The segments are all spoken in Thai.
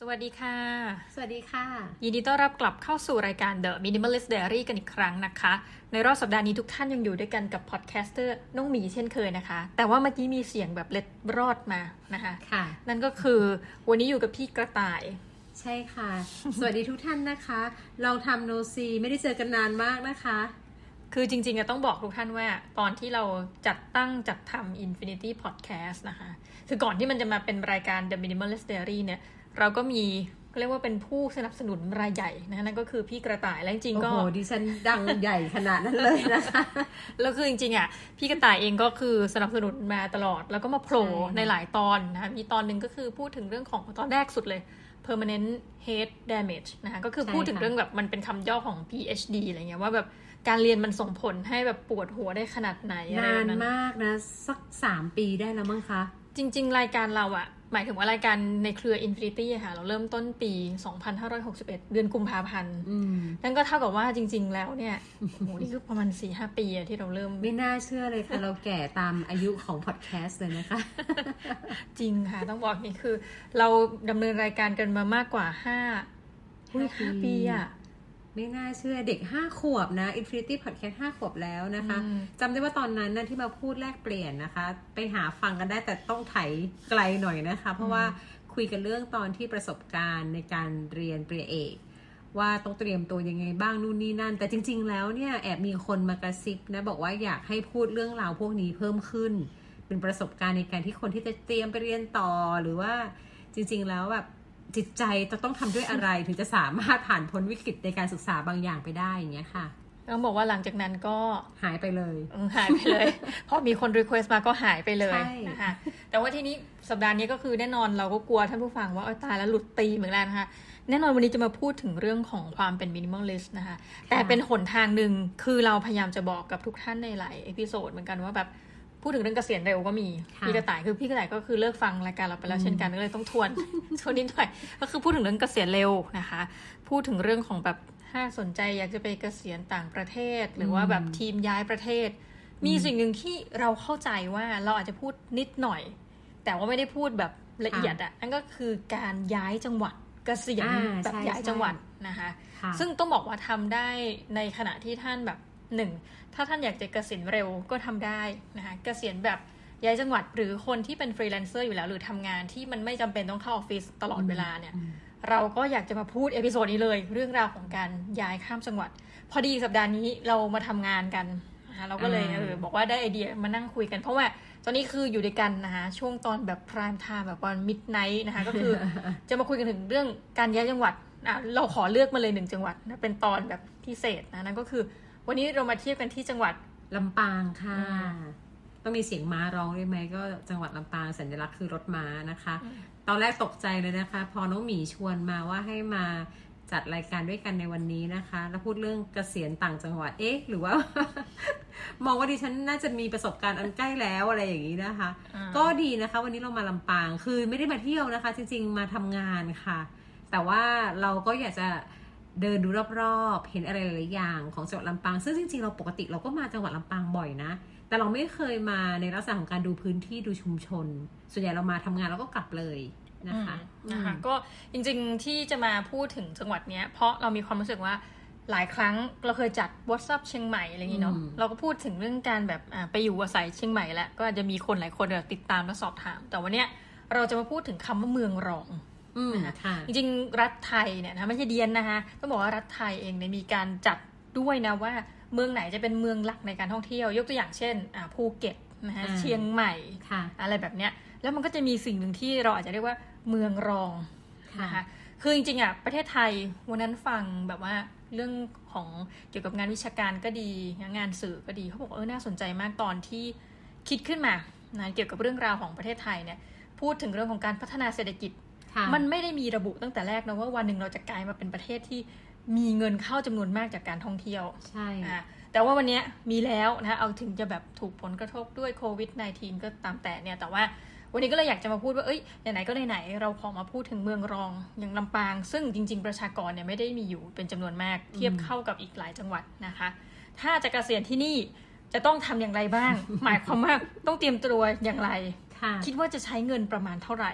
วัสดีค่ะสวัสดีค่ะยินดีต้อนรับกลับเข้าสู่รายการ The Minimalist Diary กันอีกครั้งนะคะในรอบสัปดาห์นี้ทุกท่านยังอยู่ด้วยกันกับพอดแคสเตอร์น้องหมีเช่นเคยนะคะแต่ว่าเมื่อกี้มีเสียงแบบเล็ดรอดมานะคะค่ะนั่นก็คือวันนี้อยู่กับพี่กระต่ายใช่ค่ะ สวัสดีทุกท่านนะคะเราทำโนซีไม่ได้เจอกันนานมากนะคะคือจริงๆต้องบอกทุกท่านว่าตอนที่เราจัดทำ Infinity Podcast นะคะคือก่อนที่มันจะมาเป็นรายการ The Minimalist Diary เนี่ยเราก็มีเรียกว่าเป็นผู้สนับสนุนรายใหญ่นะนั่นก็คือพี่กระต่ายและจริงๆก็โอ้โหดิฉันดังใหญ่ขนาดนั้นเลยนะคะแล้วคือจริงๆพี่กระต่ายเองก็คือสนับสนุนมาตลอดแล้วก็มาโผล่ในหลายตอนนะคะมีตอนหนึ่งก็คือพูดถึงเรื่องของตอนแรกสุดเลย permanent head damage นะคะก็คือพูดถึงเรื่องแบบมันเป็นคำย่อของ PhD อะไรเงี้ยว่าแบบการเรียนมันส่งผลให้แบบปวดหัวได้ขนาดไหนนานมากนะสัก3 ปีได้แล้วมั้งคะจริงๆรายการเราหมายถึงว่ารายการในเครือ Infinity ค่ะเราเริ่มต้นปี2561เดือนกุมภาพันธ์นั่นก็เท่ากับว่าจริงๆแล้วเนี่ยโอ้โหนี่คือประมาณ 4-5 ปีที่เราเริ่มไม่น่าเชื่อเลยค่ะเราแก่ตามอายุของพอดแคสต์เลยนะคะจริงค่ะต้องบอกนี่คือเราดำเนินรายการกันมามากกว่า5 ปีไม่น่าเชื่อเด็ก5 ขวบนะ Infinity Podcast 5 ขวบแล้วนะคะจำได้ว่าตอนนั้นนะที่มาพูดแลกเปลี่ยนนะคะไปหาฟังกันได้แต่ต้องไถไกลหน่อยนะคะเพราะว่าคุยกันเรื่องตอนที่ประสบการณ์ในการเรียนปริญญาเอกว่าต้องเตรียมตัวยังไงบ้างนู่นนี่นั่นแต่จริงๆแล้วเนี่ยแอบมีคนมากระซิบนะบอกว่าอยากให้พูดเรื่องราวพวกนี้เพิ่มขึ้นเป็นประสบการณ์ในการที่คนที่จะเตรียมไปเรียนต่อหรือว่าจริงๆแล้วแบบจิตใจต้องทำด้วยอะไรถึงจะสามารถผ่านพ้นวิกฤตในการศึกษาบางอย่างไปได้อย่างเงี้ยค่ะต้องบอกว่าหลังจากนั้นก็หายไปเลยพอมีคนรีเควสต์มาก็หายไปเลยนะคะแต่ว่าทีนี้สัปดาห์นี้ก็คือแน่นอนเราก็กลัวท่านผู้ฟังว่าตายแล้วหลุดตีเหมือนกันนะคะแน่นอนวันนี้จะมาพูดถึงเรื่องของความเป็น minimalist นะคะแต่เป็นหนทางหนึ่งคือเราพยายามจะบอกกับทุกท่านในหลายเอพิโซดเหมือนกันว่าแบบพูดถึงเรื่องเกษียณเร็วก็มีพี่กระต่ายก็คือเลิกฟังรายการเราไปแล้วเช่นกันก็เลยต้องทวนนิดหน่อยก็คือพูดถึงเรื่องเกษียณเร็วนะคะพูดถึงเรื่องของแบบถ้าสนใจอยากจะไปเกษียณต่างประเทศหรือว่าแบบทีมย้ายประเทศมีสิ่งหนึ่งที่เราเข้าใจว่าเราอาจจะพูดนิดหน่อยแต่ว่าไม่ได้พูดแบบละเอียดนั่นก็คือการย้ายจังหวัดเกษียณแบบย้ายจังหวัดนะคะซึ่งต้องบอกว่าทำได้ในขณะที่ท่านแบบ1ถ้าท่านอยากจะเกษียณเร็วก็ทำได้นะคะเกษียณแบบย้ายจังหวัดหรือคนที่เป็นฟรีแลนเซอร์อยู่แล้วหรือทำงานที่มันไม่จำเป็นต้องเข้าออฟฟิศตลอดเวลาเนี่ยเราก็อยากจะมาพูดเอพิโซดนี้เลยเรื่องราวของการย้ายข้ามจังหวัดพอดีสัปดาห์นี้เรามาทำงานกันนะคะเราก็เลยบอกว่าได้ไอเดียมานั่งคุยกันเพราะว่าตอนนี้คืออยู่ด้วยกันนะคะช่วงตอนแบบพรามไทม์แบบวันมิดไนท์นะคะก็คือจะมาคุยกันถึงเรื่องการย้ายจังหวัดเราขอเลือกมาเลย1 จังหวัดนะเป็นตอนแบบพิเศษนะนั่นก็คือวันนี้เรามาเทียบกันที่จังหวัดลำปางค่ะต้องมีเสียงม้าร้องด้วยไหมก็จังหวัดลำปางสัญลักษณ์คือรถม้านะคะตอนแรกตกใจเลยนะคะพอน้องหมีชวนมาว่าให้มาจัดรายการด้วยกันในวันนี้นะคะแล้วพูดเรื่องเกษียณต่างจังหวัดหรือว่า มองว่าดิฉันน่าจะมีประสบการณ์อันใกล้แล้วอะไรอย่างนี้นะคะก็ดีนะคะวันนี้เรามาลำปางคือไม่ได้มาเที่ยวนะคะจริงๆมาทำงานค่ะแต่ว่าเราก็อยากจะเดินดูรอบๆเห็นอะไรหลายๆอย่างของจังหวัดลำปางซึ่งจริงๆเราปกติเราก็มาจังหวัดลำปางบ่อยนะแต่เราไม่เคยมาในลักษณะของการดูพื้นที่ดูชุมชนส่วนใหญ่เรามาทำงานแล้วก็กลับเลยนะคะก็จริงๆที่จะมาพูดถึงจังหวัดเนี้ยเพราะเรามีความรู้สึกว่าหลายครั้งเราเคยจัด WhatsApp เชียงใหม่อะไรอย่างนี้เนาะเราก็พูดถึงเรื่องการแบบไปอยู่อาศัยเชียงใหม่แล้วก็อาจจะมีคนหลายคนติดตามและสอบถามแต่วันเนี้ยเราจะมาพูดถึงคำว่าเมืองรองจริงๆรัฐไทยเนี่ยนะไม่ใช่เดียนนะคะต้องบอกว่ารัฐไทยเองเนี่ยมีการจัดด้วยนะว่าเมืองไหนจะเป็นเมืองหลักในการท่องเที่ยวยกตัวอย่างเช่นภูเก็ตนะคะเชียงใหม่อะไรแบบเนี้ยแล้วมันก็จะมีสิ่งหนึ่งที่เราอาจจะเรียกว่าเมืองรองนะคะคือจริงๆประเทศไทยวันนั้นฟังแบบว่าเรื่องของเกี่ยวกับงานวิชาการก็ดีงานสื่อก็ดีเขาบอกน่าสนใจมากตอนที่คิดขึ้นมานะเกี่ยวกับเรื่องราวของประเทศไทยเนี่ยพูดถึงเรื่องของการพัฒนาเศรษฐกิจมันไม่ได้มีระบุตั้งแต่แรกนะว่าวันหนึ่งเราจะกลายมาเป็นประเทศที่มีเงินเข้าจำนวนมากจากการท่องเที่ยวใช่แต่ว่าวันนี้มีแล้วนะเอาถึงจะแบบถูกผลกระทบด้วยโควิด -19 ก็ตามแต่เนี่ยแต่ว่าวันนี้ก็เลยอยากจะมาพูดว่าไหนๆก็ไหนๆเราขอมาพูดถึงเมืองรองอย่างลำปางซึ่งจริงๆประชากรเนี่ยไม่ได้มีอยู่เป็นจำนวนมากเทียบเข้ากับอีกหลายจังหวัดนะคะถ้าจะเกษียณที่นี่จะต้องทำอย่างไรบ้าง หมายความว่าต้องเตรียมตัวอย่างไรคิดว่าจะใช้เงินประมาณเท่าไหร่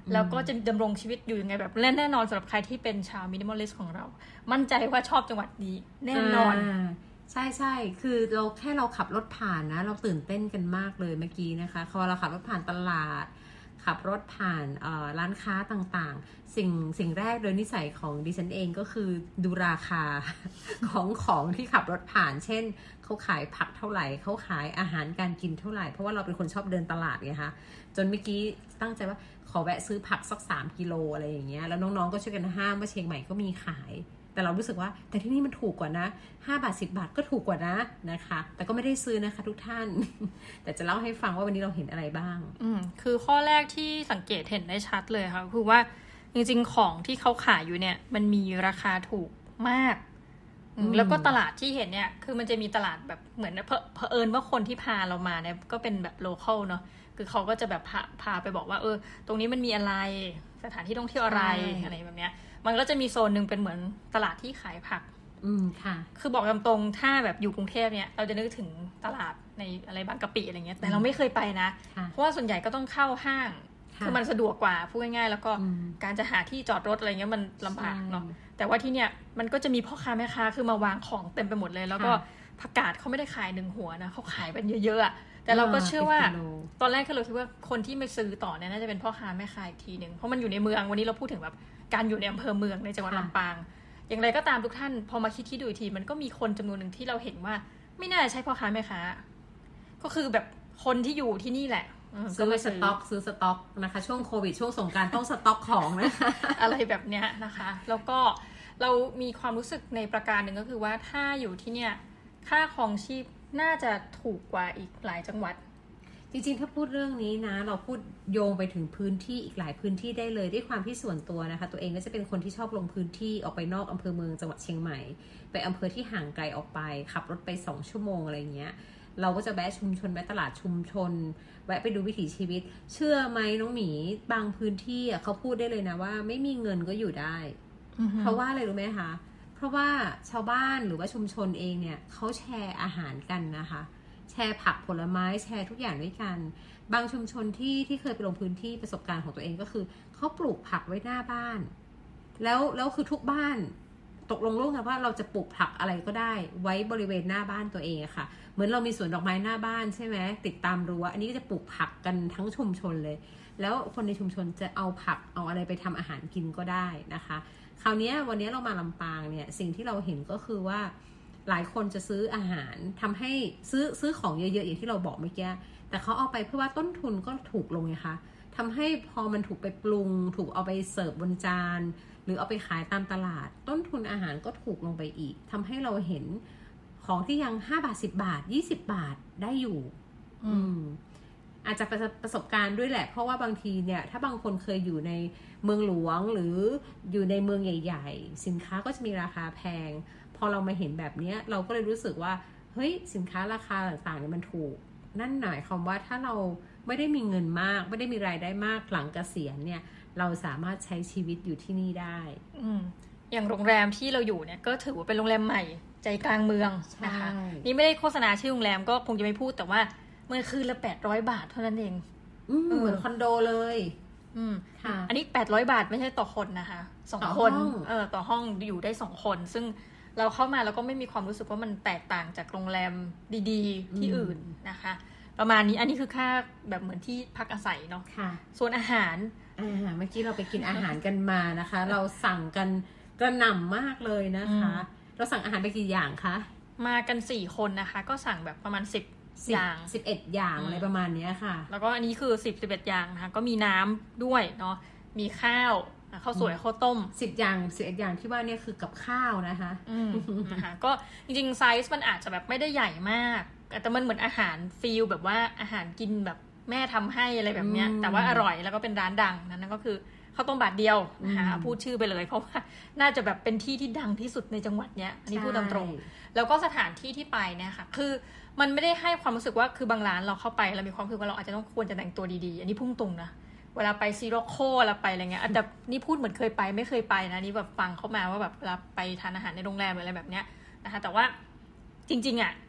แล้วก็จะดำรงชีวิตอยู่ยังไงแบบแน่นอนสำหรับใครที่เป็นชาวมินิมอลลิสต์ของเรา มั่นใจว่าชอบจังหวัดนี้แน่นอนใช่คือเราแค่เราขับรถผ่านนะเราตื่นเต้นกันมากเลยเมื่อกี้นะคะพอเราขับรถผ่านตลาดขับรถผ่านร้านค้าต่างๆสิ่งแรกโดยนิสัยของดิฉันเองก็คือดูราคา ของที่ขับรถผ่านเช่นเขาขายผักเท่าไหร่เขาขายอาหารการกินเท่าไหร่เพราะว่าเราเป็นคนชอบเดินตลาดไงคะจนเมื่อกี้ตั้งใจว่าขอแวะซื้อผักสัก3 กิโลอะไรอย่างเงี้ยแล้วน้องๆก็ช่วยกันห้ามว่าเชียงใหม่ก็มีขายแต่เรารู้สึกว่าแต่ที่นี่มันถูกกว่านะ5 บาท10 บาทก็ถูกกว่านะคะแต่ก็ไม่ได้ซื้อนะคะทุกท่าน แต่จะเล่าให้ฟังว่าวันนี้เราเห็นอะไรบ้างคือข้อแรกที่สังเกตเห็นได้ชัดเลยค่ะคือว่าจริงๆของที่เขาขายอยู่เนี่ยมันมีราคาถูกมากแล้วก็ตลาดที่เห็นเนี่ยคือมันจะมีตลาดแบบเหมือนเผอิญว่าคนที่พาเรามาเนี่ยก็เป็นแบบโลคอลเนาะคือเขาก็จะแบบพาไปบอกว่าตรงนี้มันมีอะไรสถานที่ท่องเที่ยวอะไรแบบเนี้ยมันก็จะมีโซนหนึ่งเป็นเหมือนตลาดที่ขายผักค่ะคือบอกตรงๆถ้าแบบอยู่กรุงเทพเนี่ยเราจะนึกถึงตลาดในอะไรบางกะปิอะไรเงี้ยแต่เราไม่เคยไปนะเพราะว่าส่วนใหญ่ก็ต้องเข้าห้างคือมันสะดวกกว่าพูดง่ายๆแล้วก็การจะหาที่จอดรถอะไรเงี้ยมันลำบากเนาะแต่ว่าที่เนี่ยมันก็จะมีพ่อค้าแม่ค้าคือมาวางของเต็มไปหมดเลยแล้วก็ผักกาดเขาไม่ได้ขาย1 หัวนะเขาขายเป็นเยอะๆแต่เราก็เชื่อว่าตอนแรกก็เลยคิดว่าคนที่มาซื้อต่อเนี่ยน่าจะเป็นพ่อค้าแม่ค้าอีกทีนึงเพราะมันอยู่ในเมืองวันนี้เราพูดถึงแบบการอยู่ในอำเภอเมืองในจังหวัดลำปางอย่างไรก็ตามทุกท่านพอมาคิดดูอีกทีมันก็มีคนจำนวนหนึ่งที่เราเห็นว่าไม่น่าจะใช่พ่อค้าแม่ค้าก็คือแบบคนที่อยู่ที่นี่แหละซื้อสต็อกนะคะช่วงโควิดช่วงสงกรานต์ต้องสต็อกของนะคะอะไรแบบเนี้ยนะคะแล้วก็เรามีความรู้สึกในประการหนึ่งก็คือว่าถ้าอยู่ที่เนี่ยค่าครองชีพน่าจะถูกกว่าอีกหลายจังหวัดจริงๆถ้าพูดเรื่องนี้นะเราพูดโยงไปถึงพื้นที่อีกหลายพื้นที่ได้เลยด้วยความที่ส่วนตัวนะคะตัวเองก็จะเป็นคนที่ชอบลงพื้นที่ออกไปนอกอำเภอเมืองจังหวัดเชียงใหม่ไปอำเภอที่ห่างไกลออกไปขับรถไป2 ชั่วโมงอะไรเงี้ยเราก็จะแวะชุมชนแวะตลาดชุมชนแวะไปดูวิถีชีวิตเชื่อไหมน้องหมีบางพื้นที่เขาพูดได้เลยนะว่าไม่มีเงินก็อยู่ได้ เพราะว่าอะไรรู้ไหมคะเพราะว่าชาวบ้านหรือว่าชุมชนเองเนี่ยเขาแชร์อาหารกันนะคะแชร์ผักผลไม้แชร์ทุกอย่างด้วยกันบางชุมชนที่เคยไปลงพื้นที่ประสบการณ์ของตัวเองก็คือเขาปลูกผักไว้หน้าบ้านแล้วคือทุกบ้านตกลงร่วมกันว่าเราจะปลูกผักอะไรก็ได้ไว้บริเวณหน้าบ้านตัวเองอะค่ะเหมือนเรามีสวนดอกไม้หน้าบ้านใช่ไหมติดตามรั้วอันนี้ก็จะปลูกผักกันทั้งชุมชนเลยแล้วคนในชุมชนจะเอาผักเอาอะไรไปทำอาหารกินก็ได้นะคะคราวนี้วันนี้เรามาลำปางเนี่ยสิ่งที่เราเห็นก็คือว่าหลายคนจะซื้ออาหารทำให้ซื้อของเยอะๆอย่างที่เราบอกเมื่อกี้แต่เขาเอาไปเพื่อว่าต้นทุนก็ถูกลงไงคะทำให้พอมันถูกไปปรุงถูกเอาไปเสิร์ฟบนจานหรือเอาไปขายตามตลาดต้นทุนอาหารก็ถูกลงไปอีกทำให้เราเห็นของที่ยัง5 บาท10 บาท20 บาทได้อยู่อาจจะประสบการณ์ด้วยแหละเพราะว่าบางทีเนี่ยถ้าบางคนเคยอยู่ในเมืองหลวงหรืออยู่ในเมืองใหญ่ๆสินค้าก็จะมีราคาแพงพอเรามาเห็นแบบนี้เราก็เลยรู้สึกว่าเฮ้ยสินค้าราคาต่างๆเนี่ยมันถูกนั่นหมายความว่าถ้าเราไม่ได้มีเงินมากไม่ได้มีรายได้มากหลังเกษียณเนี่ยเราสามารถใช้ชีวิตอยู่ที่นี่ได้อย่างโรงแรมที่เราอยู่เนี่ยก็ถือว่าเป็นโรงแรมใหม่ใจกลางเมืองนะคะนี่ไม่ได้โฆษณาชื่อโรงแรมก็คงจะไม่พูดแต่ว่ามันคืนละ800 บาทเท่านั้นเองเหมือนคอนโดเลยอันนี้800 บาทไม่ใช่ต่อคนนะคะ2 คนต่อห้องอยู่ได้2 คนซึ่งเราเข้ามาแล้วก็ไม่มีความรู้สึกว่ามันแตกต่างจากโรงแรมดีๆที่อื่นนะคะประมาณนี้อันนี้คือค่าแบบเหมือนที่พักอาศัยเนาะส่วนอาหารเมื่อกี้เราไปกินอาหารกันมานะคะเราสั่งกันกระหน่ำมากเลยนะคะเราสั่งอาหารไปกี่อย่างคะมากัน4 คนนะคะก็สั่งแบบประมาณ10 อย่าง 11 อย่างอะไรประมาณนี้ค่ะแล้วก็อันนี้คือ11 อย่างนะคะก็มีน้ำด้วยเนาะมีข้าวสวยข้าวต้ม 10 อย่าง11 อย่างที่ว่าเนี่ยคือกับข้าวนะคะนะคะก็จริงๆไซส์มันอาจจะแบบไม่ได้ใหญ่มากแต่มันเหมือนอาหารฟีลแบบว่าอาหารกินแบบแม่ทำให้อะไรแบบเนี้ยแต่ว่าอร่อยแล้วก็เป็นร้านดังนั่นก็คือข้าวต้มบาทเดียวนะคะพูดชื่อไปเลยเพราะว่าน่าจะแบบเป็นที่ที่ดังที่สุดในจังหวัดเนี้ยอันนี้พูดตรงๆแล้วก็สถานที่ที่ไปเนี่ยค่ะคือมันไม่ได้ให้ความรู้สึกว่าคือบางร้านเราเข้าไปเรามีความรู้สึกว่าเราอาจจะต้องควรจะแต่งตัวดีๆอันนี้พุ่งตรงนะเวลาไปซีโร่โคเราไปอะไรเงี้ยแต่นี่พูดเหมือนเคยไปไม่เคยไปนะนี่แบบฟังเข้ามาว่าแบบเวลาไปทานอาหารในโรงแรมหรืออะไรแบบเนี้ยนะคะแต่ว่าจริงๆอ่ะ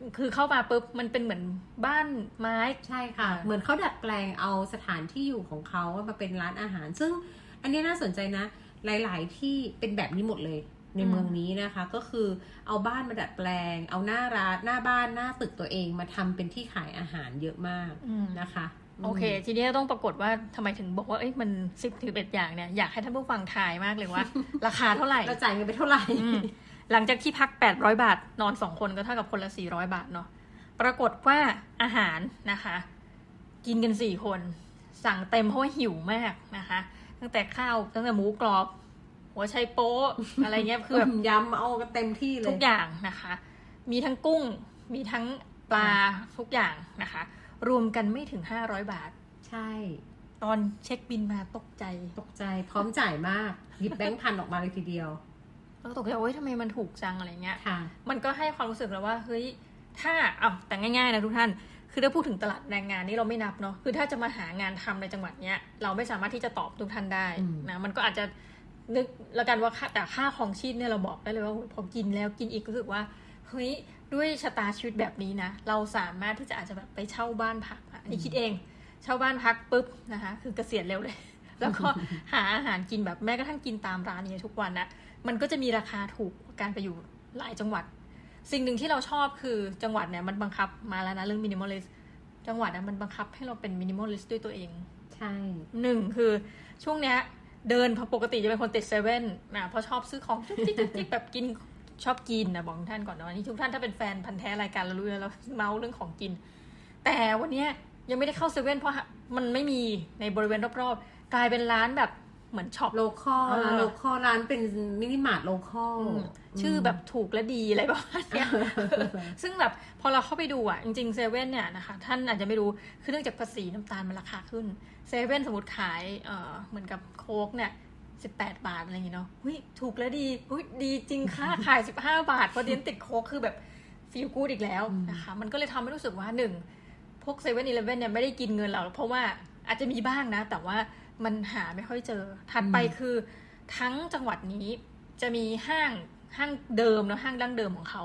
คือเข้ามาปุ๊บมันเป็นเหมือนบ้านไม้ใช่ค่ะเหมือนเขาดัดแปลงเอาสถานที่อยู่ของเขามาเป็นร้านอาหารซึ่งอันนี้น่าสนใจนะหลายๆที่เป็นแบบนี้หมดเลยในเมืองนี้นะคะก็คือเอาบ้านมาดัดแปลงเอาหน้าร้านหน้าบ้านหน้าตึกตัวเองมาทำเป็นที่ขายอาหารเยอะมากนะคะโอเคทีนี้ต้องปรากฏว่าทำไมถึงบอกว่าเอ้ยมัน10-11อย่างเนี่ยอยากให้ท่านผู้ฟังทายมากเลยว่า ราคาเท่าไหร่เราจ่ายเงินไปเท่าไหร่หลังจากที่พัก800 บาทนอน2คนก็เท่ากับคนละ400 บาทเนาะปรากฏว่าอาหารนะคะกินกัน4คนสั่งเต็มเพราะว่าหิวมากนะคะตั้งแต่ข้าวตั้งแต่หมูกรอบหัวไชโป๊ะอะไรเงี้ยคือแบบยำเอากันเต็มที่เลยทุกอย่างนะคะมีทั้งกุ้งมีทั้งปลาทุกอย่างนะคะรวมกันไม่ถึง500 บาทใช่ตอนเช็คบินมาตกใจพร้อมจ่ายมากหยิบแบงค์พันออกมาเลยทีเดียวแล้วตกใจโอ๊ยทำไมมันถูกจังอะไรเงี้ยค่ะมันก็ให้ความรู้สึกแล้วว่าเฮ้ยถ้าแต่ง่ายๆนะทุกท่านคือถ้าพูดถึงตลาดแรงงานนี่เราไม่นับเนาะคือถ้าจะมาหางานทำในจังหวัดเนี้ยเราไม่สามารถที่จะตอบทุกท่านได้นะมันก็อาจจะนึกแล้วกันว่าแต่ค่าครองชีพเนี่ยเราบอกได้เลยว่าพอกินแล้วกินอีกรู้สึกว่าเฮ้ยด้วยชะตาชีวิตแบบนี้นะเราสามารถที่จะอาจจะแบบไปเช่าบ้านพักอันนี้คิดเองเช่าบ้านพักปุ๊บนะคะคือเกษียณเร็วเลยแล้วก็หาอาหารกินแบบแม้กระทั่งกินตามร้านนี้ทุกวันนะมันก็จะมีราคาถูกกว่าการไปอยู่หลายจังหวัดสิ่งหนึ่งที่เราชอบคือจังหวัดเนี่ยมันบังคับมาแล้วนะเรื่องมินิมอลลิสต์จังหวัดนะมันบังคับให้เราเป็นมินิมอลลิสต์ด้วยตัวเองใช่ 1คือช่วงเนี้ยเดินปกติจะเป็นคนติดเซเว่นนะเพราะชอบซื้อของจุ๊บจิ๊บแบบกินชอบกินนะบอกท่านก่อนนะนี่ทุกท่านถ้าเป็นแฟนพันธุ์แท้รายการเรารู้แล้วเราเมาเรื่องของกินแต่วันนี้ยังไม่ได้เข้าเซเว่นเพราะมันไม่มีในบริเวณรอบๆกลายเป็นร้านแบบเหมือนช็อปโลคอลร้านเป็นมินิมาร์ทโลคอลชื่อแบบถูกและดีอะไรประมาณนี้ซึ่งแบบพอเราเข้าไปดูจริงๆเซเว่นเนี่ยนะคะท่านอาจจะไม่รู้คือเนื่องจากภาษีน้ำตาลมันราคาขึ้นเซเว่นสมมติขายเหมือนกับโค้กเนี่ย18 บาทอะไรอย่างเงี้ยเนาะถูกและดีดีจริงค่ะขาย15 บาทพอเดียนติดโค้กคือแบบฟีลกู๊ดอีกแล้วนะคะมันก็เลยทำให้รู้สึกว่า1พวก7-11เนี่ยไม่ได้กินเงินเราเพราะว่าอาจจะมีบ้างนะแต่ว่ามันหาไม่ค่อยเจอถัดไปคือทั้งจังหวัดนี้จะมีห้างเดิมเนาะห้างดั้งเดิมของเขา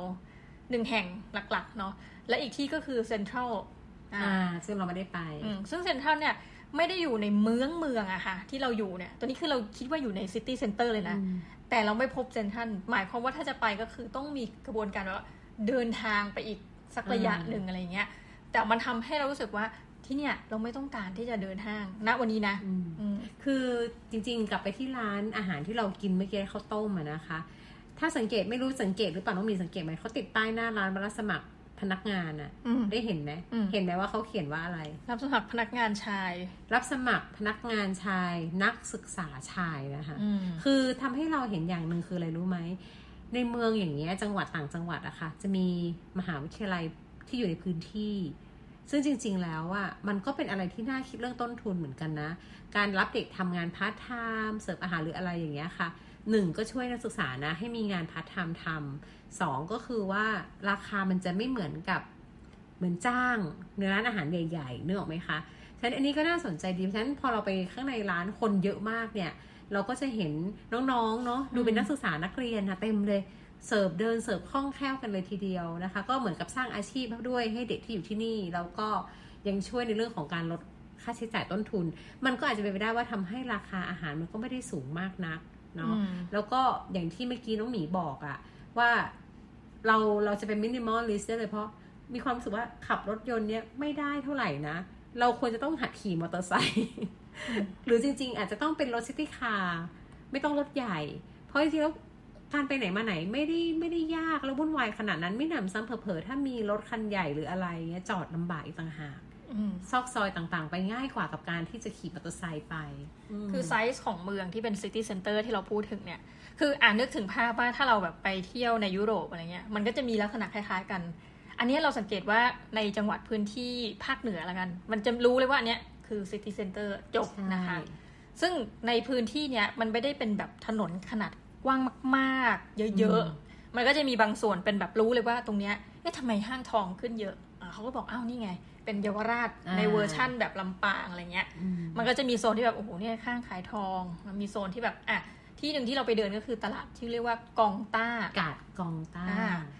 1 แห่งหลักๆเนาะและอีกที่ก็คือเซ็นทรัลซึ่งเราไม่ได้ไปซึ่งเซ็นทรัลเนี่ยไม่ได้อยู่ในเมืองอะค่ะที่เราอยู่เนี่ยตัวนี้คือเราคิดว่าอยู่ในซิตี้เซ็นเตอร์เลยนะแต่เราไม่พบเซ็นทรัลหมายความว่าถ้าจะไปก็คือต้องมีกระบวนการว่าเดินทางไปอีกสักระยะหนึ่งอะไรเงี้ยแต่มันทำให้เรารู้สึกว่าที่เนี่ยเราไม่ต้องการที่จะเดินห้างณวันนี้นะคือจริงๆกลับไปที่ร้านอาหารที่เรากินเมื่อกี้ข้าวต้มนะคะถ้าสังเกตไม่รู้สังเกตหรือเปล่าน้องมีสังเกตไหมเขาติดป้ายหน้าร้านรับสมัครพนักงานน่ะได้เห็นไหมเห็นไหมว่าเขาเขียนว่าอะไรรับสมัครพนักงานชายรับสมัครพนักงานชายนักศึกษาชายนะคะคือทำให้เราเห็นอย่างหนึ่งคืออะไรรู้ไหมในเมืองอย่างเงี้ยจังหวัดต่างจังหวัดอะค่ะจะมีมหาวิทยาลัยที่อยู่ในพื้นที่ซึ่งจริงๆแล้วมันก็เป็นอะไรที่น่าคิดเรื่องต้นทุนเหมือนกันนะการรับเด็กทำงานพาร์ทไทม์เสิร์ฟอาหารหรืออะไรอย่างเงี้ยค่ะ1ก็ช่วยนักศึกษานะให้มีงานพาร์ทไทม์ทำ2ก็คือว่าราคามันจะไม่เหมือนกับเหมือนจ้างในร้านอาหารใหญ่ๆนึกออกไหมคะฉะนั้นอันนี้ก็น่าสนใจดีฉะนั้นพอเราไปข้างในร้านคนเยอะมากเนี่ยเราก็จะเห็นน้องๆเนาะดูเป็นนักศึกษานักเรียนนะเต็มเลยเสิร์ฟคล่องแคล่วกันเลยทีเดียวนะคะก็เหมือนกับสร้างอาชีพด้วยให้เด็กที่อยู่ที่นี่แล้วก็ยังช่วยในเรื่องของการลดค่าใช้จ่ายต้นทุนมันก็อาจจะเป็นไปได้ว่าทำให้ราคาอาหารมันก็ไม่ได้สูงมากนักเนาะแล้วก็อย่างที่เมื่อกี้น้องหมีบอกว่าเราจะเป็นมินิมอลลิสต์ได้เลยเพราะมีความรู้สึกว่าขับรถยนต์เนี้ยไม่ได้เท่าไหร่นะเราควรจะต้องหัดขี่มอเตอร์ไซค์หรือจริงๆอาจจะต้องเป็นรถซิตี้คาร์ไม่ต้องรถใหญ่เพราะจริงๆแล้วการไปไหนมาไหนไม่ได้ยากแล้ววุ่นวายขนาดนั้นไม่หนำซ้ำเผลอๆถ้ามีรถคันใหญ่หรืออะไรเงี้ยจอดลำบากอีกต่างหากซอกซอยต่างๆไปง่ายกว่ากับการที่จะขี่มอเตอร์ไซค์ไปคือไซส์ของเมืองที่เป็นซิตี้เซ็นเตอร์ที่เราพูดถึงเนี่ยคือนึกถึงภาพว่าถ้าเราแบบไปเที่ยวในยุโรปอะไรเงี้ยมันก็จะมีลักษณะคล้ายๆกันอันนี้เราสังเกตว่าในจังหวัดพื้นที่ภาคเหนือละกันมันจะรู้เลยว่าอันเนี้ยคือซิตี้เซ็นเตอร์จบนะคะซึ่งในพื้นที่เนี้ยมันไม่ได้เป็นแบบถนนขนาดกว้างมากๆเยอะๆมันก็จะมีบางส่วนเป็นแบบรู้เลยว่าตรงเนี้ยทำไมห้างทองขึ้นเยอะเขาก็บอกอ้าวนี่ไงเป็นเยาวราชในเวอร์ชั่นแบบลำปางอะไรเงี้ยมันก็จะมีโซนที่แบบโอ้โหเนี่ยข้างขายทองมันมีโซนที่แบบที่หนึ่งที่เราไปเดินก็คือตลาดที่เรียกว่ากองต้ากาดกองต้า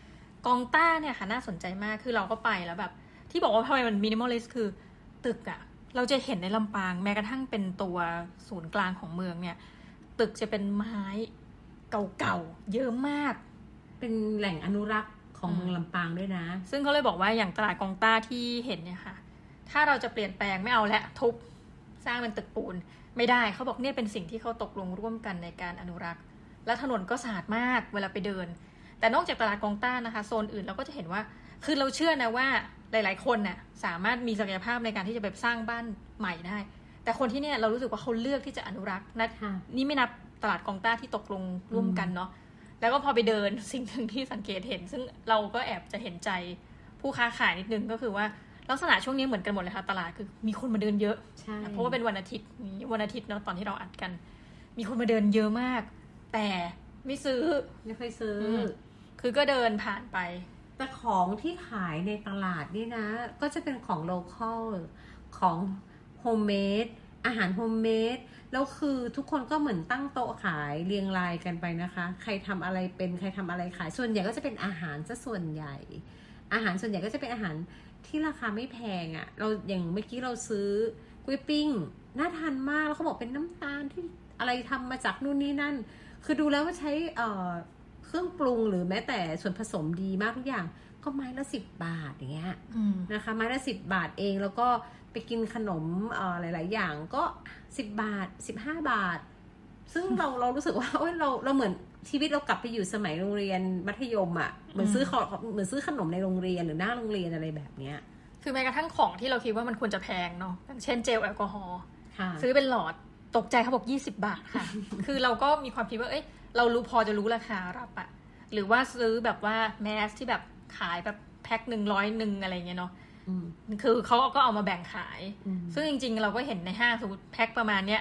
กองต้าเนี่ยค่ะน่าสนใจมากคือเราก็ไปแล้วแบบที่บอกว่าทำไมมันมินิมอลลิสต์คือตึกอะเราจะเห็นในลำปางแม้กระทั่งเป็นตัวศูนย์กลางของเมืองเนี่ยตึกจะเป็นไม้เก่าๆเยอะมากเป็นแหล่งอนุรักษ์ของเมืองลำปางด้วยนะซึ่งเขาเลยบอกว่าอย่างตลาดกองต้าที่เห็นเนี่ยค่ะถ้าเราจะเปลี่ยนแปลงไม่เอาและทุบสร้างเป็นตึกปูนไม่ได้เขาบอกเนี่ยเป็นสิ่งที่เขาตกลงร่วมกันในการอนุรักษ์และถนนก็สะอาดมากเวลาไปเดินแต่นอกจากตลาดกองต้านะคะโซนอื่นเราก็จะเห็นว่าคือเราเชื่อนะว่าหลายๆคนน่ะสามารถมีศักยภาพในการที่จะไปสร้างบ้านใหม่ได้แต่คนที่เนี่ยเรารู้สึกว่าเขาเลือกที่จะอนุรักษ์นะนี่ไม่นับตลาดกองต้าที่ตกลงร่วมกันเนาะแล้วก็พอไปเดินสิ่งหนึ่งที่สังเกตเห็นซึ่งเราก็แอบจะเห็นใจผู้ค้าขายนิดนึงก็คือว่าลักษณะช่วงนี้เหมือนกันหมดเลยค่ะตลาดคือมีคนมาเดินเยอะเพราะว่าเป็นวันอาทิตย์นี้วันอาทิตย์เนาะตอนที่เราอัดกันมีคนมาเดินเยอะมากแต่ไม่ซื้อไม่เคยซื้อคือก็เดินผ่านไปแต่ของที่ขายในตลาดนี่นะก็จะเป็นของโลคอลของโฮมเมดอาหารโฮมเมดแล้วคือทุกคนก็เหมือนตั้งโต๊ะขายเรียงรายกันไปนะคะใครทำอะไรเป็นใครทำอะไรขายส่วนใหญ่ก็จะเป็นอาหารซะส่วนใหญ่อาหารส่วนใหญ่ก็จะเป็นอาหารที่ราคาไม่แพงอะ่ะเราอย่างเมื่อกี้เราซื้อกล้วยปิ้งน่าทานมากแล้วเขาบอกเป็นน้ำตาลที่อะไรทำมาจากนู่นนี่นั่นคือดูแล้วว่าใช้เครื่องปรุงหรือแม้แต่ส่วนผสมดีมากทุกอย่างก็ไม้ละ10 บาทอย่างเงี้ยนะคะไม้ละ10 บาทเองแล้วก็ไปกินขนมหลายๆอย่างก็10 บาท15 บาทซึ่งเรารู้สึกว่าเราเหมือนชีวิตเรากลับไปอยู่สมัยโรงเรียนมัธยมอ่ะเหมือนซื้อขนมในโรงเรียนหรือหน้าโรงเรียนอะไรแบบเนี้ยคือแม้กระทั่งของที่เราคิดว่ามันควรจะแพงเนาะอย่างเช่นเจลแอลกอฮอล์ซื้อเป็นหลอดตกใจเขาบอก20 บาทค่ะ คือเราก็มีความคิดว่าเราพอจะรู้ราคารับอะหรือว่าซื้อแบบว่าแมสที่แบบขายแบบแพ็ค100อะไรเงี้ยเนาะคือเขาก็เอามาแบ่งขายซึ่งจริงๆเราก็เห็นในห้างสมมติแพ็คประมาณเนี้ย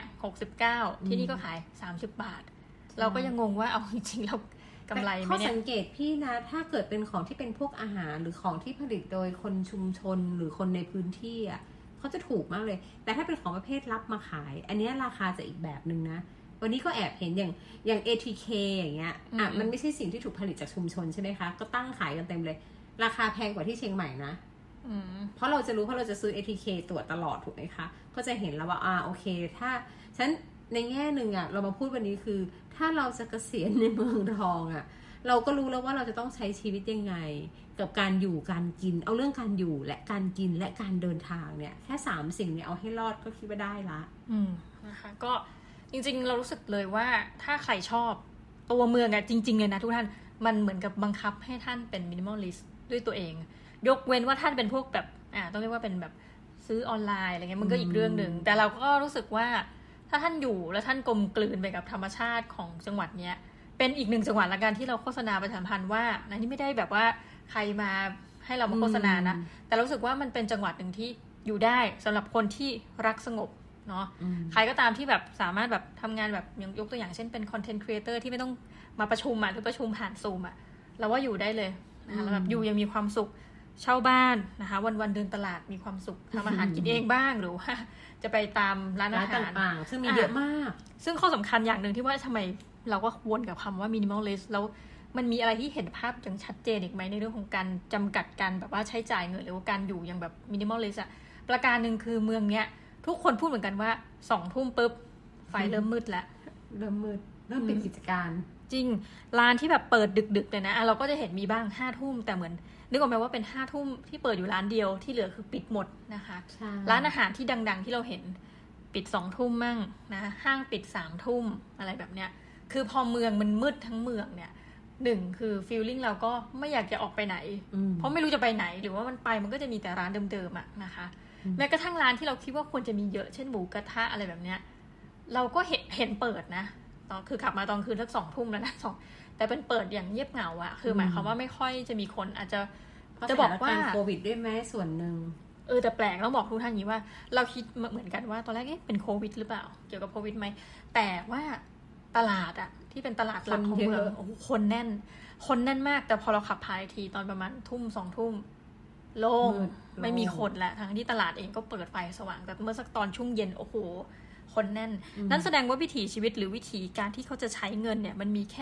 69ที่นี่ก็ขาย30 บาทเราก็ยังงงว่าเอาจริงๆเรากำไรไหมเนี่ยข้อสังเกตพี่นะถ้าเกิดเป็นของที่เป็นพวกอาหารหรือของที่ผลิตโดยคนชุมชนหรือคนในพื้นที่อ่ะเขาจะถูกมากเลยแต่ถ้าเป็นของประเภทรับมาขายอันนี้ราคาจะอีกแบบนึงนะวันนี้ก็แอบเห็นอย่าง ATK อย่างเงี้ยมันไม่ใช่สิ่งที่ถูกผลิตจากชุมชนใช่ไหมคะก็ตั้งขายกันเต็มเลยราคาแพงกว่าที่เชียงใหม่นะเพราะเราจะรู้เพราะเราจะซื้อ ATK ตรวจตลอดถูกไหมคะก็จะเห็นแล้วว่าโอเคถ้าฉันในแง่หนึ่งเรามาพูดวันนี้คือถ้าเราจะเกษียณในเมืองทองเราก็รู้แล้วว่าเราจะต้องใช้ชีวิตยังไงกับการอยู่การกินเอาเรื่องการอยู่และการกินและการเดินทางเนี่ยแค่3 สิ่งเนี่ยเอาให้รอดก็คิดว่าได้ละนะคะก็จริงๆเรารู้สึกเลยว่าถ้าใครชอบตัวเมืองจริงๆเลยนะทุกท่านมันเหมือนกับบังคับให้ท่านเป็นมินิมอลลิสต์ด้วยตัวเองยกเว้นว่าท่านเป็นพวกแบบต้องเรียกว่าเป็นแบบซื้อออนไลน์อะไรเงี้ยมันก็อีกเรื่องหนึ่งแต่เราก็รู้สึกว่าถ้าท่านอยู่แล้วท่านกลมกลืนไปกับธรรมชาติของจังหวัดเนี้ยเป็นอีก1 จังหวัดละกันที่เราโฆษณาประชาสัมพันธ์ว่านี่ไม่ได้แบบว่าใครมาให้เรามาโฆษณานะแต่รู้สึกว่ามันเป็นจังหวัดหนึ่งที่อยู่ได้สำหรับคนที่รักสงบเนาะใครก็ตามที่แบบสามารถแบบทำงานแบบยกตัวอย่างเช่นเป็นคอนเทนต์ครีเอเตอร์ที่ไม่ต้องมาประชุมหรือประชุมผ่านซูมเราว่าอยู่ได้เลยนะคะแล้วแบบอยู่ยังมีความสุขเช่าบ้านนะคะวันๆเดินตลาดมีความสุขทำอาหารกินเองบ้างหรือว่าจะไปตามร้านอาหารต่างๆซึ่งมีเยอะมากซึ่งข้อสำคัญอย่างหนึ่งที่ว่าทำไมเราก็วนกับคำว่ามินิมอลลิสต์แล้วมันมีอะไรที่เห็นภาพอย่างชัดเจนอีกไหมในเรื่องของการจำกัดการแบบว่าใช้จ่ายเงินหรือว่าการอยู่อย่างแบบมินิมอลลิสต์ประการหนึ่งคือเมืองเนี้ยทุกคนพูดเหมือนกันว่า20 ทุ่มปุ๊บไฟเริ่มมืดแล้วเริ่มปิดกิจการจริงร้านที่แบบเปิดดึกๆเลยนะเราก็จะเห็นมีบ้าง5 ทุ่มแต่เหมือนนึกออกไหมว่าเป็น5 ทุ่มที่เปิดอยู่ร้านเดียวที่เหลือคือปิดหมดนะคะร้านอาหารที่ดังๆที่เราเห็นปิด2 ทุ่มมั่งนะห้างปิด3 ทุ่มอะไรแบบเนี้ยคือพอเมืองมันมืดทั้งเมืองเนี่ย1คือฟีลลิ่งเราก็ไม่อยากจะออกไปไหนเพราะไม่รู้จะไปไหนหรือว่ามันไปมันก็จะมีแต่ร้านเดิมๆนะคะแม้กระทั่งร้านที่เราคิดว่าควรจะมีเยอะเช่นหมูกระทะอะไรแบบเนี้ยเราก็เห็นเปิดนะตอนคือขับมาตอนคืนสัก2 ทุ่มแล้วนะแต่เป็นเปิดอย่างเงียบเหงาคือหมายความว่าไม่ค่อยจะมีคนอาจจะบอกว่าโควิดด้วยไหมส่วนหนึ่งแต่แปลกต้องบอกทุกท่านอย่างนี้ว่าเราคิดเหมือนกันว่าตอนแรกเป็นโควิดหรือเปล่าเกี่ยวกับโควิดไหมแต่ว่าตลาดที่เป็นตลาดหลักของเมืองคนแน่นมากแต่พอเราขับพายทีตอนประมาณ2 ทุ่มโล่งไม่มีคนแล้วทั้งที่ตลาดเองก็เปิดไฟสว่างแต่เมื่อสักตอนช่วงเย็นโอ้โหคนแน่นนั่นแสดงว่าวิถีชีวิตหรือวิถีการที่เขาจะใช้เงินเนี่ยมันมีแค่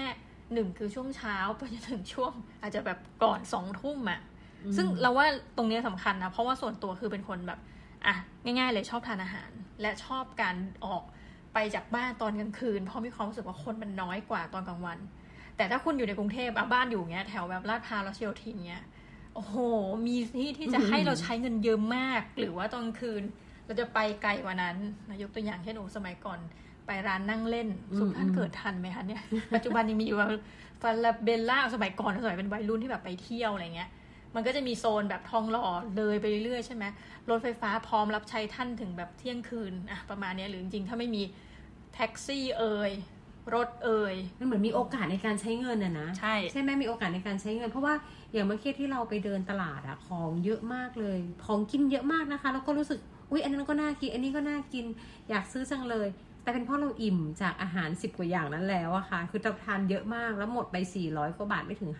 1คือช่วงเช้าไปจนถึงช่วงอาจจะแบบก่อน2 ทุ่มอ่ะซึ่งเราว่าตรงนี้สำคัญนะเพราะว่าส่วนตัวคือเป็นคนแบบง่ายๆเลยชอบทานอาหารและชอบการออกไปจากบ้านตอนกลางคืนเพราะมีความรู้สึกว่าคนมันน้อยกว่าตอนกลางวันแต่ถ้าคุณอยู่ในกรุงเทพบ้านอยู่เงี้ยแถวแบบลาดพร้าวรัชโยธินเงี้ยโอ้โหมีที่จะให้เราใช้เงินเยอะมากหรือว่าตอนกลางคืนเราจะไปไกลกว่านั้นยกตัวอย่างเช่นสมัยก่อนไปร้านนั่งเล่นสุท่านเกิดทันไหมคะเนี่ย ปัจจุบันยังมีอยู่ว่าฟาลาเบลล่าสมัยก่อนสมัยเป็นวัยรุ่นที่แบบไปเที่ยวอะไรเงี้ยมันก็จะมีโซนแบบทองหล่อเลยไปเรื่อยๆใช่ไหมรถไฟฟ้าพร้อมรับใช้ท่านถึงแบบเที่ยงคืนประมาณนี้หรือจริงๆถ้าไม่มีแท็กซี่รถมันเหมือนมีโอกาสในการใช้เงินนะใช่ไหมมีโอกาสในการใช้เงินเพราะว่าอย่างเมื่อกี้ที่เราไปเดินตลาดของเยอะมากเลยของกินเยอะมากนะคะแล้วก็รู้สึกอุ๊ยอันนั้นก็น่ากินอันนี้ก็น่ากินอยากซื้อจังเลยแต่เป็นเพราะเราอิ่มจากอาหาร10 กว่าอย่างนั้นแล้วอะค่ะคือเราทานเยอะมากแล้วหมดไป400 กว่าบาทไม่ถึง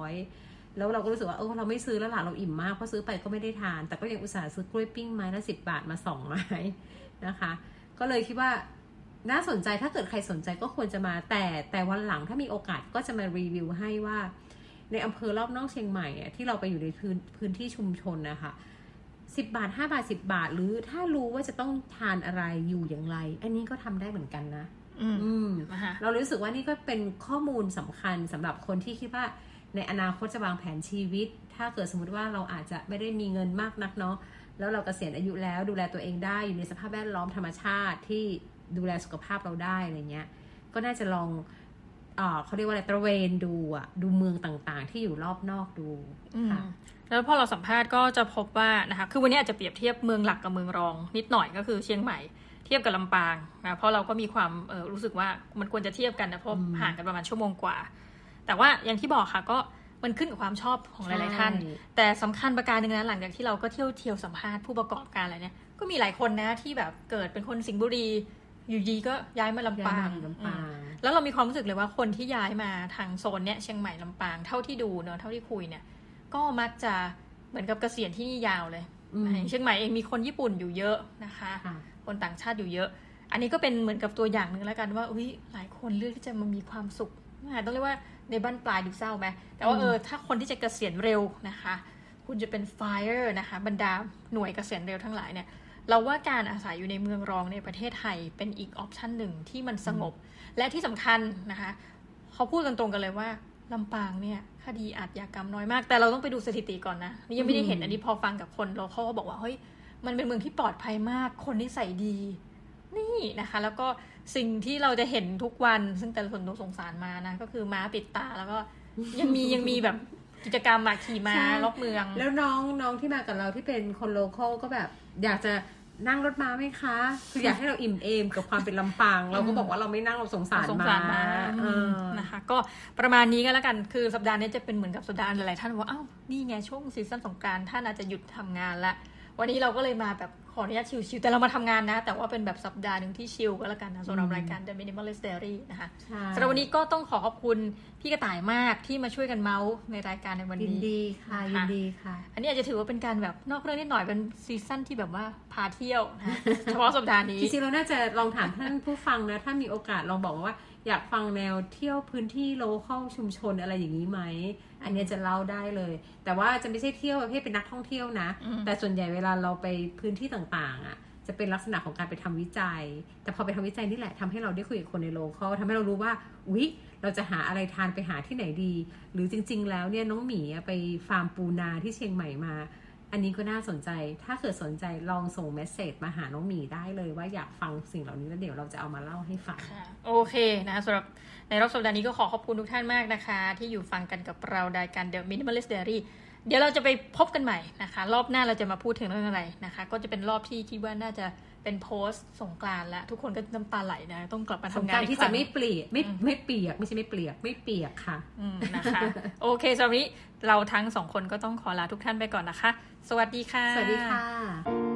500แล้วเราก็รู้สึกว่าเราไม่ซื้อแล้วล่ะเราอิ่มมากเพราะซื้อไปก็ไม่ได้ทานแต่ก็ยังอุตส่าห์ซื้อกล้วยปิ้งไม้ละ10 บาทมา2 ไม้นะคะก็เลยคิดว่าน่าสนใจถ้าเกิดใครสนใจก็ควรจะมาแต่วันหลังถ้ามีโอกาสก็จะมารีวิวให้ว่าในอำเภอรอบนอกเชียงใหม่ที่เราไปอยู่ในพื้นที่ชุมชนนะคะ10 บาท5 บาท10 บาทหรือถ้ารู้ว่าจะต้องทานอะไรอยู่อย่างไรอันนี้ก็ทำได้เหมือนกันนะเรารู้สึกว่านี่ก็เป็นข้อมูลสำคัญสำหรับคนที่คิดว่าในอนาคตจะวางแผนชีวิตถ้าเกิดสมมติว่าเราอาจจะไม่ได้มีเงินมากนักเนาะแล้วเราเกษียณอายุแล้วดูแลตัวเองได้อยู่ในสภาพแวดล้อมธรรมชาติที่ดูแลสุขภาพเราได้อะไรเงี้ยก็น่าจะลองเขาเรียกว่าอะไรตระเวนดูเมืองต่างๆที่อยู่รอบนอกดูค่ะแล้วพอเราสัมภาษณ์ก็จะพบว่านะคะคือวันนี้อาจจะเปรียบเทียบเมืองหลักกับเมืองรองนิดหน่อยก็คือเชียงใหม่เทียบกับลำปางนะเพราะเราก็มีความรู้สึกว่ามันควรจะเทียบกันนะเพราะห่างกันประมาณชั่วโมงกว่าแต่ว่าอย่างที่บอกค่ะก็มันขึ้นกับความชอบของหลายๆท่านแต่สำคัญประการหนึ่งนะหลังจากที่เราก็เที่ยวสัมภาษณ์ผู้ประกอบการอะไรเนี่ยก็มีหลายคนนะที่แบบเกิดเป็นคนสิงห์บุรีอยู่ดีก็ย้ายมาลำปางแล้วเรามีความรู้สึกเลยว่าคนที่ย้ายมาทางโซนเนี้ยเชียงใหม่ลำปางเท่าที่ดูเนอะเท่าที่คุยเนี่ยก็มักจะเหมือนกับเกษียณที่นี่ยาวเลยเชียงใหม่เองมีคนญี่ปุ่นอยู่เยอะนะคะคนต่างชาติอยู่เยอะอันนี้ก็เป็นเหมือนกับตัวอย่างหนึ่งแล้วกันว่าหลายคนเลือกที่จะมามีความสุขต้องเรียกว่าในบ้านปลายดูเศร้าไหมแต่ว่าถ้าคนที่จะเกษียณเร็วนะคะคุณจะเป็น fire นะคะบรรดาหน่วยเกษียณเร็วทั้งหลายเนี่ยเราว่าการอาศัยอยู่ในเมืองรองในประเทศไทยเป็นอีกออปชันหนึ่งที่มันสงบและที่สำคัญนะคะเขาพูดกันตรงกันเลยว่าลำปางเนี่ยคดีอาชญากรรมน้อยมากแต่เราต้องไปดูสถิติก่อนนะนี่ยังไม่ได้เห็นอันนี้พอฟังกับคนเราเขาก็บอกว่าเฮ้ยมันเป็นเมืองที่ปลอดภัยมากคนนิสัยดีนี่นะคะแล้วก็สิ่งที่เราจะเห็นทุกวันซึ่งแต่ละคนสงสารมานะก็คือม้าปิดตาแล้วก็ยังมีแบบกิจกรรมขี่ม้ารอบเมืองแล้วน้องที่มากับเราที่เป็นคนโลคอลก็แบบอยากจะนั่งรถม้าไหมคะคืออยากให้เราอิ่มเอมกับความเป็นลำปางเราก็บอกว่าเราไม่นั่งเราสงสารม้านะคะก็ประมาณนี้ก็แล้วกันคือสัปดาห์นี้จะเป็นเหมือนกับสัปดาห์หลายๆท่านว่าอ้าวนี่ไงช่วงซีซั่นสงกรานต์ท่านอาจจะหยุดทำงานละวันนี้เราก็เลยมาแบบขออนุญาตชิลๆแต่เรามาทำงานนะแต่ว่าเป็นแบบสัปดาห์หนึ่งที่ชิลก็แล้วกันนะสำหรับรายการ The Minimalist Diary นะคะสำหรับวันนี้ก็ต้องขอบคุณพี่กระต่ายมากที่มาช่วยกันเมาส์ในรายการในวันนี้ยินดีค่ะยินดีค่ะอันนี้อาจจะถือว่าเป็นการแบบนอกเรื่องนิดหน่อยเป็นซีซั่นที่แบบว่าพาเที่ยวนะเฉพาะสัปดาห์นี้จริงๆเราน่าจะลองถามท่านผู้ฟังนะถ้ามีโอกาสลองบอกว่าอยากฟังแนวเที่ยวพื้นที่โลคอลชุมชนอะไรอย่างนี้ไหมอันนี้จะเล่าได้เลยแต่ว่าจะไม่ใช่เที่ยวประเภทเป็นนักท่องเที่ยวนะแต่ส่วนใหญ่เวลาเราไปพื้นที่ต่างๆจะเป็นลักษณะของการไปทำวิจัยแต่พอไปทำวิจัยนี่แหละทำให้เราได้คุยกับคนในโลคอลทำให้เรารู้ว่าเราจะหาอะไรทานไปหาที่ไหนดีหรือจริงๆแล้วเนี่ยน้องหมีไปฟาร์มปูนาที่เชียงใหม่มาอันนี้ก็น่าสนใจถ้าเกิดสนใจลองส่งเมสเสจมาหาน้องหมีได้เลยว่าอยากฟังสิ่งเหล่านี้แล้วเดี๋ยวเราจะเอามาเล่าให้ฟังโอเคนะสำหรับในรอบสัปดาห์นี้ก็ขอบคุณทุกท่านมากนะคะที่อยู่ฟังกันกับเรารายการ The Minimalist Diary เดี๋ยวเราจะไปพบกันใหม่นะคะรอบหน้าเราจะมาพูดถึงเรื่องอะไรนะคะก็จะเป็นรอบที่คิดว่าน่าจะเป็นโพสต์สงกรานต์แล้วทุกคนก็น้ำตาไหลนะต้องกลับมาทำงานที่จะไม่เปียกไม่เปียกไม่ใช่ไม่เปียกไม่เปียกค่ะนะคะโอเคสำหรับนี้เราทั้ง2คนก็ต้องขอลาทุกท่านไปก่อนนะคะสวัสดีค่ะสวัสดีค่ะ